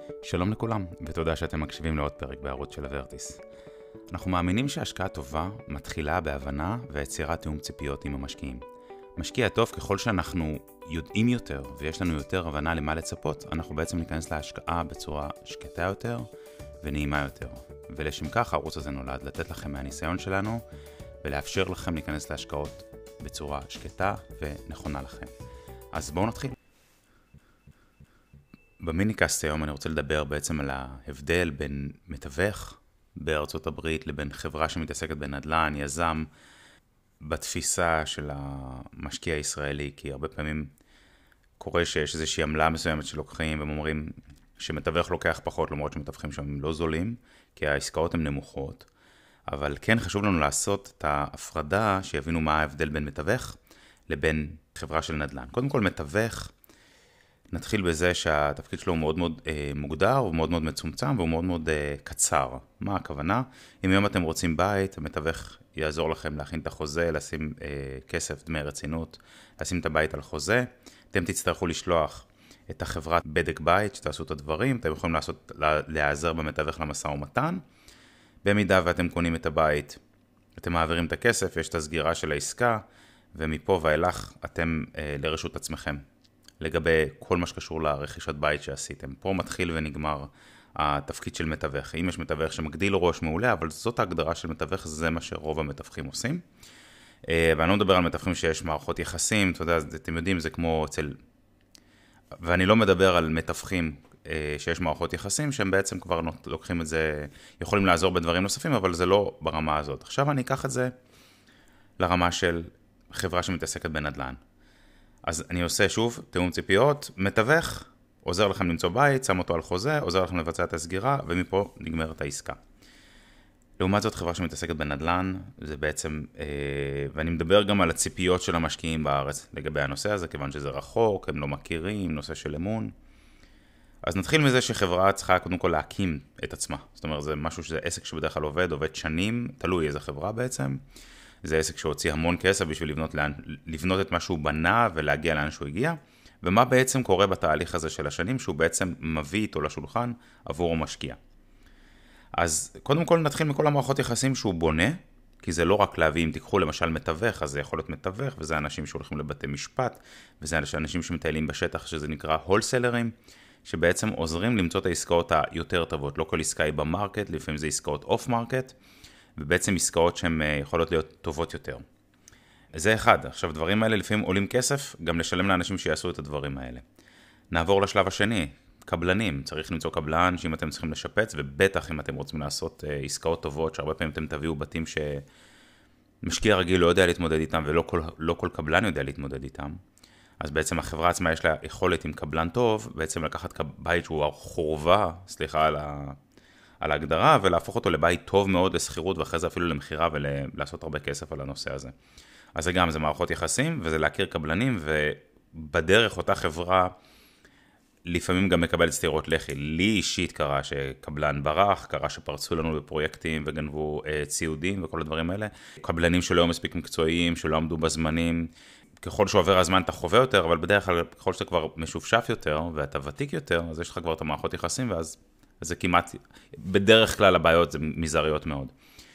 שלום לכולם, ותודה שאתם מקשיבים לעוד פרק בערוץ של הוורטיס. אנחנו מאמינים שהשקעה טובה מתחילה בהבנה ויצירת תיאום ציפיות עם המשקיעים. משקיע טוב ככל שאנחנו יודעים יותר ויש לנו יותר הבנה למה לצפות, אנחנו בעצם ניכנס להשקעה בצורה שקטה יותר ונעימה יותר. ולשם כך הערוץ הזה נולד, לתת לכם מהניסיון שלנו ולאפשר לכם להיכנס להשקעות בצורה שקטה ונכונה לכם. אז בואו נתחיל. במיניקאסט היום אני רוצה לדבר בעצם על ההבדל בין מתווך בארצות הברית לבין חברה שמתעסקת בנדל"ן, יזם, בתפיסה של המשקיע הישראלי, כי הרבה פעמים קורה שיש איזושהי עמלה מסוימת שלוקחים והם אומרים שמתווך לוקח פחות, למרות שמתווכים שם לא זולים, כי העסקאות הן נמוכות, אבל כן חשוב לנו לעשות את ההפרדה שיבינו מה ההבדל בין מתווך לבין חברה של נדל"ן. קודם כל מתווך, נתחיל בזה שהתפקיד שלו הוא מאוד מאוד מוגדר, הוא מאוד מאוד מצומצם והוא מאוד מאוד קצר. מה הכוונה? אם היום אתם רוצים בית, המתווך יעזור לכם להכין את החוזה, לשים כסף, דמי רצינות, לשים את הבית על חוזה. אתם תצטרכו לשלוח את החברת בדק בית שתעשו את הדברים, אתם יכולים להיעזר במתווך למשא ומתן. במידה ואתם קונים את הבית, אתם מעבירים את הכסף, יש את הסגירה של העסקה, ומפה ואילך אתם לרשות עצמכם. לגבי כל מה שקשור לרכישת בית שעשיתם. פה מתחיל ונגמר התפקיד של מתווך. אם יש מתווך שמגדיל ראש מעולה, אבל זאת ההגדרה של מתווך, זה מה שרוב המתווכים עושים. ואני לא מדבר על מתווכים שיש מערכות יחסים, אתה יודע, אתם יודעים, זה כמו אצל... ואני לא מדבר על מתווכים שיש מערכות יחסים, שהם בעצם כבר לוקחים את זה, יכולים לעזור בדברים נוספים, אבל זה לא ברמה הזאת. עכשיו אני אקח את זה לרמה של חברה שמתעסקת בנדל"ן. אז אני עושה שוב תיאום ציפיות, מתווך, עוזר לכם למצוא בית, שם אותו על חוזה, עוזר לכם לבצע את הסגירה, ומפה נגמרת העסקה. לעומת זאת, חברה שמתעסקת בנדל"ן, זה בעצם, ואני מדבר גם על הציפיות של המשקיעים בארץ לגבי הנושא הזה, כיוון שזה רחוק, הם לא מכירים, נושא של אמון. אז נתחיל מזה שחברה צריכה קודם כל להקים את עצמה. זאת אומרת, זה משהו שזה עסק שבדרך כלל עובד שנים, תלוי איזה חברה בעצם. זה עסק שהוציא המון כסף בשביל לבנות את מה שהוא בנה ולהגיע לאן שהוא הגיע, ומה בעצם קורה בתהליך הזה של השנים, שהוא בעצם מביא איתו לשולחן עבור המשקיע. אז קודם כל נתחיל מכל המערכות יחסים שהוא בונה, כי זה לא רק להביא, אם תיקחו למשל מתווך, אז זה יכול להיות מתווך, וזה אנשים שהולכים לבתי משפט, וזה אנשים שמטיילים בשטח, שזה נקרא הולסלרים, שבעצם עוזרים למצוא את העסקאות היותר טובות. לא כל עסקה היא במרקט, לפעמים זה עסקאות אוף מרקט, ובעצם עסקאות שהן יכולות להיות טובות יותר. זה אחד. עכשיו, דברים האלה לפעמים עולים כסף, גם לשלם לאנשים שיעשו את הדברים האלה. נעבור לשלב השני, קבלנים. צריך למצוא קבלן שאם אתם צריכים לשפץ, ובטח אם אתם רוצים לעשות עסקאות טובות, שהרבה פעמים אתם תביאו בתים שמשקיע רגיל לא יודע להתמודד איתם, ולא כל קבלן יודע להתמודד איתם. אז בעצם החברה עצמה יש לה יכולת עם קבלן טוב, בעצם לקחת בית שהוא חורבה, סליחה על ההגדרה, ולהפוך אותו לבית טוב מאוד לסחירות, ואחרי זה אפילו למחירה ולעשות הרבה כסף על הנושא הזה. אז זה מערכות יחסים, וזה להכיר קבלנים, ובדרך אותה חברה לפעמים גם מקבלת סטירות לחי. לי אישית קרה שקבלן ברח, קרה שפרצו לנו בפרויקטים וגנבו ציודים וכל הדברים האלה. קבלנים שלא היו מספיק מקצועיים, שלא עמדו בזמנים. ככל שעובר הזמן אתה חווה יותר, אבל בדרך כלל ככל שאתה כבר משופשף יותר, ואתה ותיק יותר, אז יש לך כבר את המערכות יחסים, ואז זה כמעט, בדרך כלל הבעיות זה מזעריות מאוד.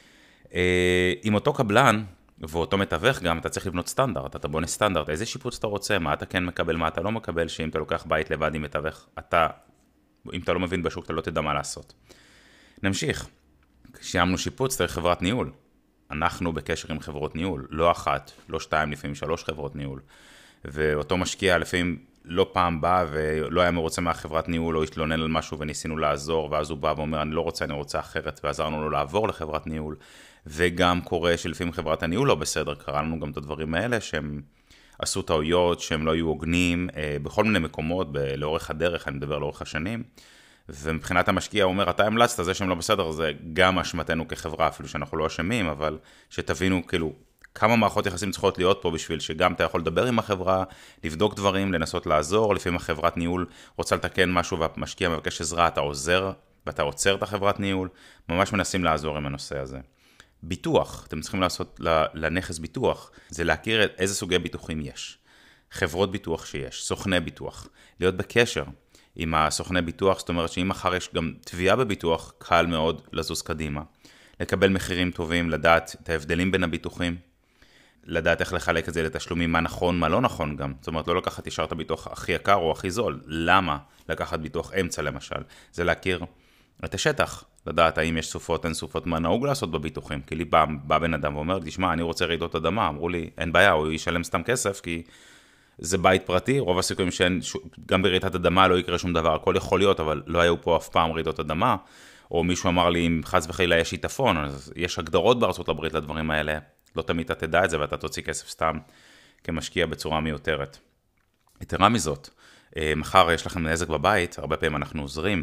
עם אותו קבלן ואותו מתווך גם, אתה צריך לבנות סטנדרט, אתה בונה סטנדרט, איזה שיפוץ אתה רוצה, מה אתה כן מקבל, מה אתה לא מקבל, שאם אתה לוקח בית לבד עם מתווך, אם אתה לא מבין בשוק, אתה לא תדע מה לעשות. נמשיך. כשיימנו שיפוץ, צריך חברת ניהול. אנחנו בקשר עם חברות ניהול, לא אחת, לא שתיים, לפעמים 3 חברות ניהול. ואותו משקיע לפעמים לא פעם בא ולא היה מרוצה מהחברת ניהול או התלונן על משהו וניסינו לעזור, ואז הוא בא ואומר אני לא רוצה, אני רוצה אחרת, ועזרנו לו לעבור לחברת ניהול. וגם קורה שלפעמים חברת הניהול לא בסדר, קרה לנו גם את הדברים האלה שהם עשו טעויות, שהם לא היו הוגנים בכל מיני מקומות, לאורך הדרך, אני מדבר לאורך השנים, ומבחינת המשקיע הוא אומר, אתה המלצת, זה שהם לא בסדר, זה גם אשמתנו כחברה, אפילו שאנחנו לא אשמים, אבל שתבינו כאילו, כמה מערכות יחסים צריכות להיות פה בשביל שגם אתה יכול לדבר עם החברה, לבדוק דברים, לנסות לעזור, לפעמים החברת ניהול רוצה לתקן משהו והמשקיע מבקש עזרה, אתה עוזר ואתה עוצר את החברת ניהול, ממש מנסים לעזור עם הנושא הזה. ביטוח, אתם צריכים לעשות לנכס ביטוח, זה להכיר איזה סוגי ביטוחים יש. חברות ביטוח שיש, סוכני ביטוח, להיות בקשר עם הסוכני ביטוח, זאת אומרת שאם מחר יש גם תביעה בביטוח, קל מאוד לזוז קדימה. לקבל מחירים טובים, לדעת את ההבדלים בין הביטוחים, לדעת איך לחלק את זה לתשלומים, מה נכון, מה לא נכון גם. זאת אומרת, לא לקחת ישר את הביטוח הכי יקר או הכי זול. למה לקחת ביטוח אמצע למשל? זה להכיר את השטח, לדעת האם יש סופות, אין סופות, מה נהוג לעשות בביטוחים. כי לי בא בן אדם ואומר, תשמע, אני רוצה רעידות אדמה. אמרו לי, אין בעיה, הוא ישלם סתם כסף, כי זה בית פרטי, רוב הסיכויים גם ברעידת אדמה לא יקרה שום דבר, הכל יכול להיות, אבל לא היו פה אף פעם רעידות אדמה, או מישהו אמר לי, אם חס וחלילה יש שיטפון, אז יש הגדרות בארצות הברית לדברים האלה, לא תמיד אתה תדע את זה, ואתה תוציא כסף סתם כמשקיע בצורה מיותרת. יתרה מזאת, מחר יש לכם נזק בבית, הרבה פעמים אנחנו עוזרים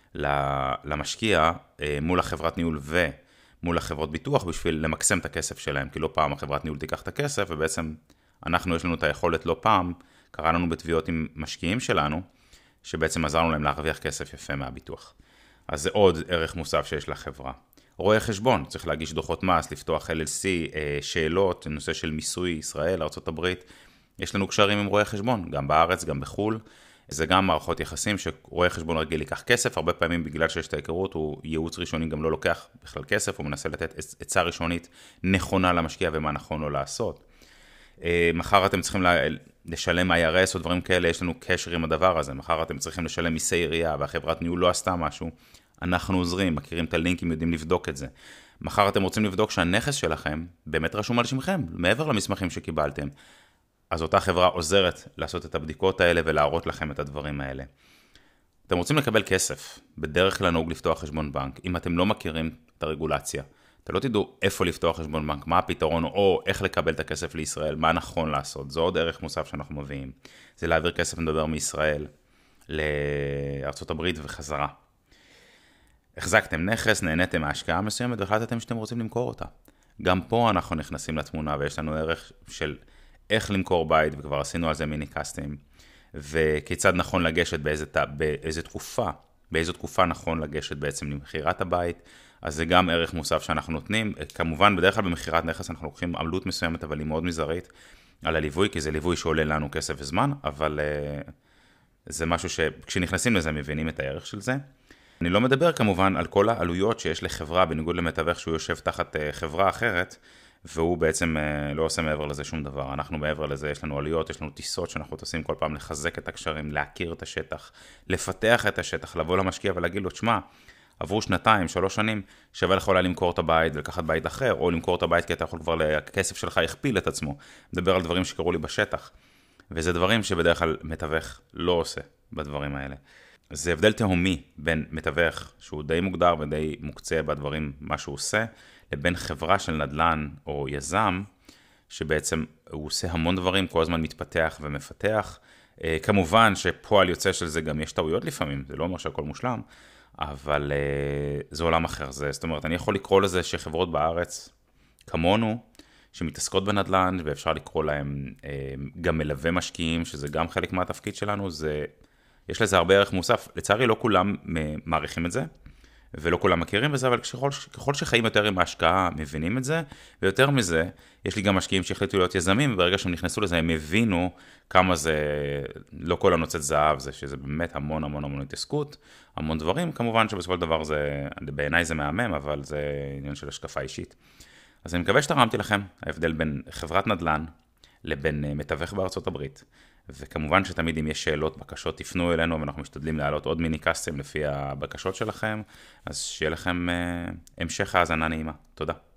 למשקיע מול החברת ניהול ומול החברות ביטוח, בשביל למקסם את הכסף שלהם, כי לא פעם החברת ניהול תיקח את הכסף, ובעצם יש לנו את היכולת לא פעם, קרה לנו בתביעות עם משקיעים שלנו, שבעצם עזרנו להם להרוויח כסף יפה מהביטוח. אז זה עוד ערך מוסף שיש לחברה. רואה חשבון, צריך להגיש דוחות מס, לפתוח LLC, שאלות, נושא של מיסוי ישראל, ארצות הברית. יש לנו קשרים עם רואה חשבון, גם בארץ, גם בחול. זה גם מערכות יחסים שרואה חשבון רגיל ייקח כסף, הרבה פעמים בגלל שיש את ההיכרות, הוא ייעוץ ראשוני גם לא לוקח בכלל כסף, הוא מנסה לתת עצה ראשונית נכונה למשקיע ומה נכון לו לעשות. מחר אתם צריכים לשלם IRS או דברים כאלה, יש לנו קשר עם הדבר הזה, מחר אתם צריכים לשלם מיסי עירייה והחברת ניהול לא עשתה משהו, אנחנו עוזרים, מכירים את הלינקים, יודעים לבדוק את זה. מחר אתם רוצים לבדוק שהנכס שלכם באמת רשום על שמכם, מעבר למסמכים שקיבלתם, אז אותה חברה עוזרת לעשות את הבדיקות האלה ולהראות לכם את הדברים האלה. אתם רוצים לקבל כסף, בדרך כלל נהוג לפתוח חשבון בנק, אם אתם לא מכירים את הרגולציה, אתם לא תדעו איפה לפתוח חשבון בנק, מה הפתרון או איך לקבל את הכסף לישראל, מה נכון לעשות. זה עוד ערך מוסף שאנחנו מביאים. זה להעביר כסף נדבר מישראל לארצות הברית וחזרה. החזקתם נכס, נהניתם מההשקעה מסוימת והחלטתם שאתם רוצים למכור אותה. גם פה אנחנו נכנסים לתמונה ויש לנו ערך של איך למכור בית, וכבר עשינו על זה מיני קאסטים, וכיצד נכון לגשת באיזו תקופה נכון לגשת בעצם למכירת הבית. אז זה גם ערך מוסף שאנחנו נותנים. כמובן, בדרך כלל במכירת נכס אנחנו לוקחים עמלות מסוימת, אבל היא מאוד מזערית על הליווי, כי זה ליווי שעולה לנו כסף וזמן, אבל זה משהו שכשנכנסים לזה מבינים את הערך של זה. אני לא מדבר כמובן על כל העלויות שיש לחברה, בניגוד למתווך שהוא יושב תחת חברה אחרת, והוא בעצם לא עושה מעבר לזה שום דבר. אנחנו מעבר לזה, יש לנו עלויות, יש לנו טיסות שאנחנו עושים כל פעם לחזק את הקשרים, להכיר את השטח, לפתח את השטח, לבוא למשקיע ולהגיד לו, תשמע, עברו 2, 3 שנים, שווה לך אולי למכור את הבית ולקחת בית אחר, או למכור את הבית כי אתה יכול כבר, הכסף שלך יכפיל את עצמו. מדבר על דברים שקרו לי בשטח. וזה דברים שבדרך כלל מתווך לא עושה בדברים האלה. זה הבדל תהומי בין מתווך שהוא די מוגדר ודי מוקצה בדברים מה שהוא עושה, לבין חברה של נדל"ן או יזם, שבעצם הוא עושה המון דברים, כל הזמן מתפתח ומפתח. כמובן שפועל יוצא של זה גם יש טעויות לפעמים, זה לא אומר שהכל מושלם, אבל זה עולם אחר. זאת אומרת, אני יכול לקרוא לזה שחברות בארץ כמונו, שמתעסקות בנדל"ן, ואפשר לקרוא להם גם מלווה משקיעים, שזה גם חלק מהתפקיד שלנו, יש לזה הרבה ערך מוסף. לצערי לא כולם מעריכים את זה, ולא כולם מכירים בזה, אבל ככל שחיים יותר עם ההשקעה, מבינים את זה, ויותר מזה, יש לי גם משקיעים שהחליטו להיות יזמים, וברגע שהם נכנסו לזה, הם הבינו כמה זה, לא כל הנוצאת זהב, זה שזה באמת המון המון המון התעסקות, המון דברים, כמובן שבסופו של דבר בעיניי זה מהמם, אבל זה עניין של השקפה אישית. אז אני מקווה שתרמתי לכם ההבדל בין חברת נדל"ן לבין מתווך בארצות הברית, וכמובן שתמיד אם יש שאלות, בקשות, תפנו אלינו, ואנחנו משתדלים להעלות עוד מיני קאסטים לפי הבקשות שלכם, אז שיהיה לכם המשך האזנה נעימה. תודה.